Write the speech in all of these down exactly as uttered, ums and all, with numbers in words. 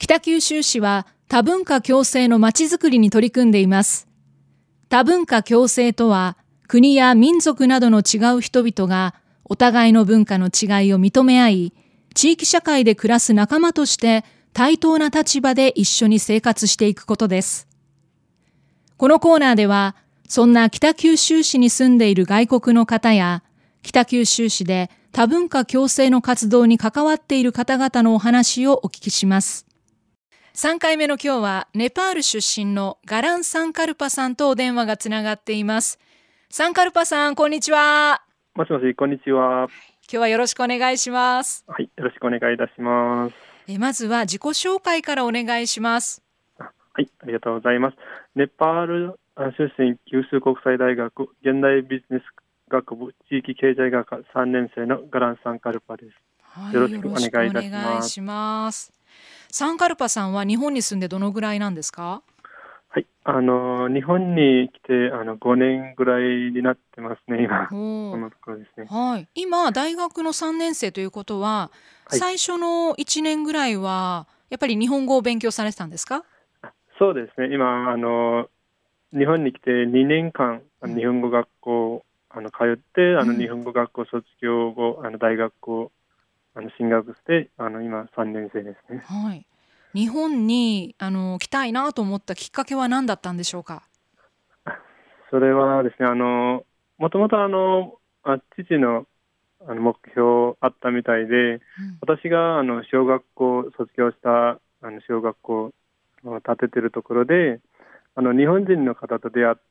北九州市は多文化共生のまちづくりに取り組んでいます。多文化共生とは、国や民族などの違う人々がお互いの文化の違いを認め合い、地域社会で暮らす仲間として対等な立場で一緒に生活していくことです。このコーナーでは、そんな北九州市に住んでいる外国の方や、北九州市で多文化共生の活動に関わっている方々のお話をお聞きします。さんかいめの今日は、ネパール出身のガラン・サンカルパさんとお電話がつながっています。サンカルパさん、こんにちは。 もしもし、こんにちは。 今日はよろしくお願いします。 はい、よろしくお願いいたします。 えまずは自己紹介からお願いします。 はい、ありがとうございます。ネパール出身、九州国際大学現代ビジネス学部地域経済学科さんねん生のガラン・サンカルパです。 はい、 よろしくお願いいたします。 しますサンカルパさんは日本に住んでどのぐらいなんですか？ はい、あの日本に来てあのごねんぐらいになってますね、今。このところですね。 はい、今大学のさんねん生ということは、はい、最初のいちねんぐらいはやっぱり日本語を勉強されてたんですか？ そうですね、今あの日本に来てにねんかん日本語学校あの通ってあの日本語学校卒業後、あの大学をあの進学してあの今さんねん生ですね。 はい、日本にあの来たいなと思ったきっかけは何だったんでしょうか？ それはですね、あのもともとあのあ父のあの目標あったみたいで、うん、私があの小学校卒業したあの小学校を建ててるところで、あの日本人の方と出会って、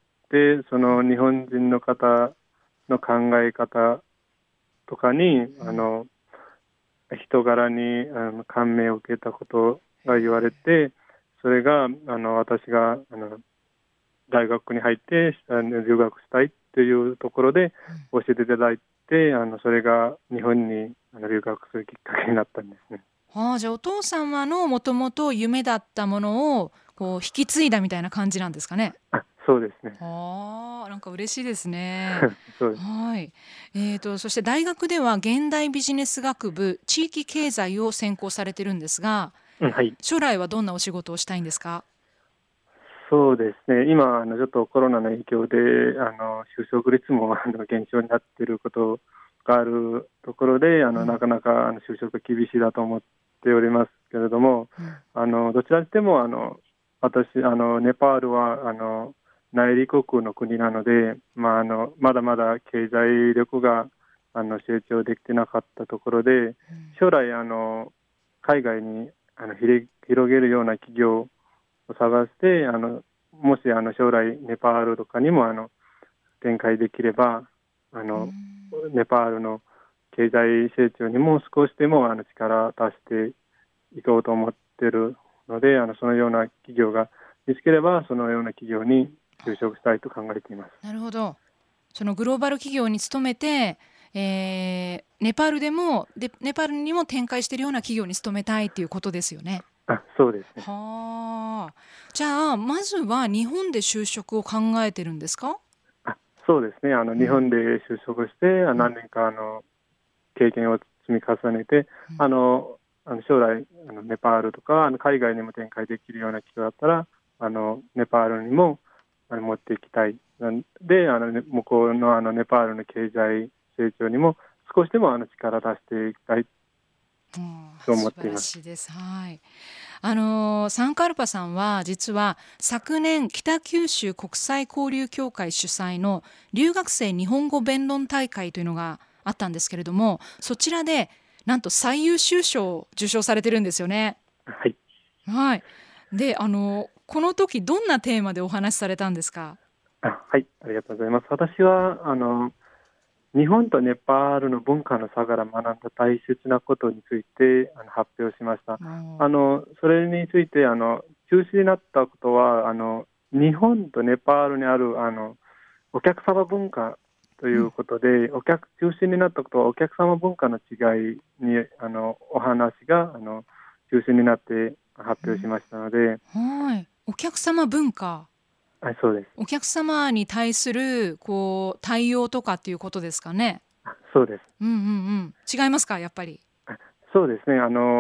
その日本人の方の考え方とかに、うん、あの人柄にあの感銘を受けたことが言われて、それがあの私があの大学に入って留学したいというところで教えていただいて、あのそれが日本に留学するきっかけになったんですね。 はあ、じゃあお父様のもともと夢だったものをこう引き継いだみたいな感じなんですかね。 あ、そうですね。 はあ、なんか嬉しいですね。 そうです。 はい。えーと、そして大学では現代ビジネス学部地域経済を専攻されてるんですが、 うん、はい、 将来はどんなお仕事をしたいんですか？ そうですね、今あのちょっとコロナの影響であの就職率もあの減少になっていることがあるところで、あの、うん、なかなかあの就職が厳しいだと思っておりますけれども、うん、あのどちらにしてもあの私あのネパールはあの内陸国の国なので、まあ、あのまだまだ経済力があの成長できてなかったところで、うん、将来あの海外にあの広げるような企業を探して、あのもしあの将来ネパールとかにもあの展開できれば、あのネパールの経済成長にも少しでもあの力を出していこうと思っているので、あのそのような企業が見つければそのような企業に就職したいと考えています。 なるほど。そのグローバル企業に勤めて、えー、ネパールでもでネパールにも展開しているような企業に勤めたいということですよね。 あ、そうですね。 はあ、じゃあまずは日本で就職を考えてるんですか？ あ、そうですね。あの、うん、日本で就職して、うん、何年かあの経験を積み重ねて、うん、あのあの将来あのネパールとかあの海外にも展開できるような企業だったら、あのネパールにもあの持っていきたい。で、あの向こうのあのネパールの経済成長にも少しでもあの力を出していきたいと思っています。 素晴らしいです。はい。あのサンカルパさんは実は昨年北九州国際交流協会主催の留学生日本語弁論大会というのがあったんですけれども、そちらでなんと最優秀賞を受賞されてるんですよね。 はい。 はい。で、あのこの時どんなテーマでお話しされたんですか？ あ、はい、ありがとうございます。私はあの日本とネパールの文化の差から学んだ大切なことについてあの発表しました。あのそれについてあの中止になったことは、あの日本とネパールにあるあのお客様文化ということで、うん、お客中心になったことはお客様文化の違いにあのお話があの中心になって発表しましたので、うん、 はい、お客様文化。 はい、そうです。 お客様に対するこう対応とかっていうことですかね。 そうです。 うんうんうん。違いますか、やっぱり。 そうですね。あの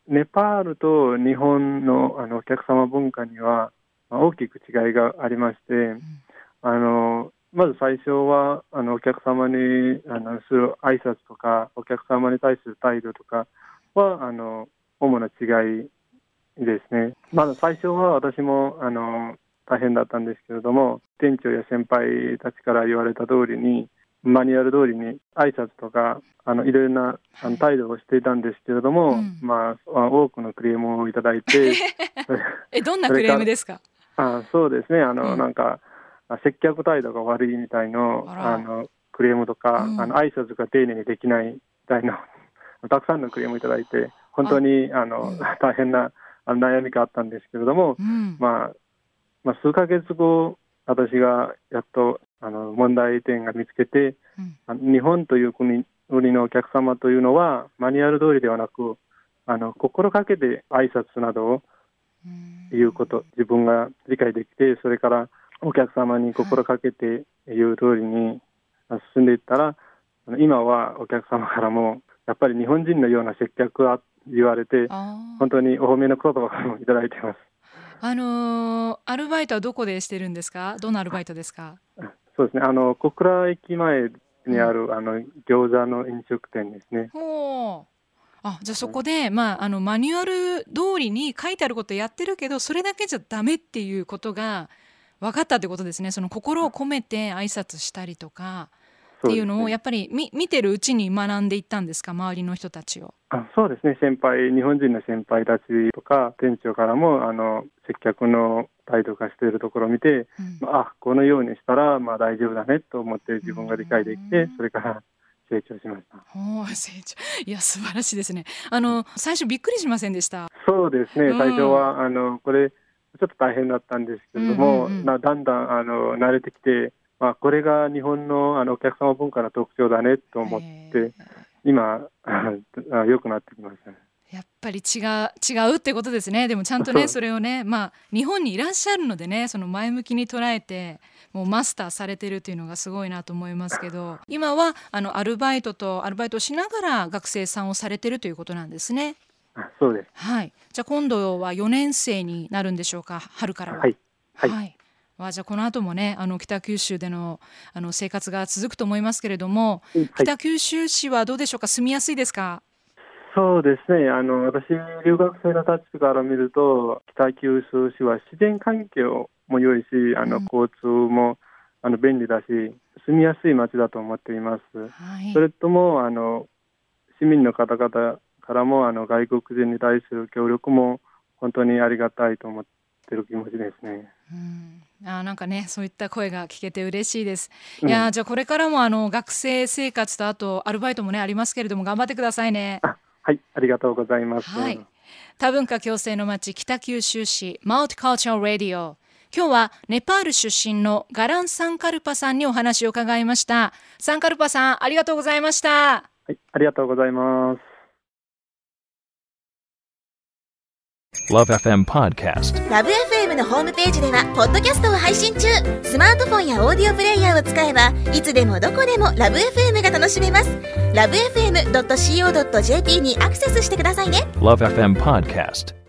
ネパールと日本の、あのお客様文化には、まあ、大きく違いがありまして、うん、あのまず最初はあのお客様にあのする挨拶とかお客様に対する態度とかはあの主な違いですね。まず最初は私もあの大変だったんですけれども、店長や先輩たちから言われた通りにマニュアル通りに挨拶とかあのいろいろなあの態度をしていたんですけれども、うん、まあ、多くのクレームをいただいてえどんなクレームですか？ あそうですねあの、うん、なんか接客態度が悪いみたいのあのクレームとか、うん、あの挨拶が丁寧にできないみたいなたくさんのクレームをいただいて本当にあの、うん、大変な悩みがあったんですけれども、うんまあまあ、数ヶ月後私がやっとあの問題点が見つけて、うん、日本という国のお客様というのはマニュアル通りではなくあの心がけて挨拶などを言うこと自分が理解できてそれからお客様に心がけて言う通りに進んでいったら、はい、今はお客様からもやっぱり日本人のような接客は言われて本当にお褒めの言葉をいただいています。 あのー、アルバイトはどこでしてるんですか？どんなアルバイトですか？ そうですね、あの小倉駅前にある、うん、あの餃子の飲食店ですね。 ほうあじゃあそこで、まあ、あのマニュアル通りに書いてあることやってるけどそれだけじゃダメっていうことが分かったってことですね。その心を込めて挨拶したりとかっていうのをやっぱり 見, 見てるうちに学んでいったんですか？周りの人たちを。 あそうですね、先輩日本人の先輩たちとか店長からもあの接客の態度化しているところを見て、うん、あこのようにしたらまあ大丈夫だねと思って自分が理解できてそれから成長しました。 お成長いや素晴らしいですね。あの最初びっくりしませんでした？ そうですね、最初はあのこれちょっと大変だったんですけれども、うんうんうん、だんだんあの慣れてきて、まあ、これが日本 の, あのお客様文化の特徴だねと思って今良くなってきました。 やっぱり違う、違うってことですね。でもちゃんとねそれをね、まあ、日本にいらっしゃるのでねその前向きに捉えてもうマスターされてるっていうのがすごいなと思いますけど今はあのアルバイトとアルバイトをしながら学生さんをされてるということなんですね。 あそうです、 はい、じゃあ今度はよねん生になるんでしょうか？春からは。 はい、はいはいあじゃあこの後もねあの北九州で の, あの生活が続くと思いますけれども、はい、北九州市はどうでしょうか？住みやすいですか？ そうですね、あの私留学生の立場から見ると北九州市は自然環境も良いしあの、うん、交通もあの便利だし住みやすい街だと思っています、はい、それともあの市民の方々からもあの外国人に対する協力も本当にありがたいと思っている気持ちですね。 うんあなんかねそういった声が聞けて嬉しいです。いや、うん、じゃあこれからもあの学生生活とあとアルバイトもねありますけれども頑張ってくださいね。 あはいありがとうございます、 はい、多文化共生の街北九州市マルティカルチャルラディオ今日はネパール出身のガラン・サンカルパさんにお話を伺いました。サンカルパさんありがとうございました。 はいありがとうございます。 ラブ エフエム Podcast ラブ エフエム のホームページではポッドキャストを配信中。スマートフォンやオーディオプレイヤーを使えばいつでもどこでもラブ エフエム が楽しめます。ラブ エフエムドットシーオードットジェーピー にアクセスしてくださいね。 ラブ エフエム Podcast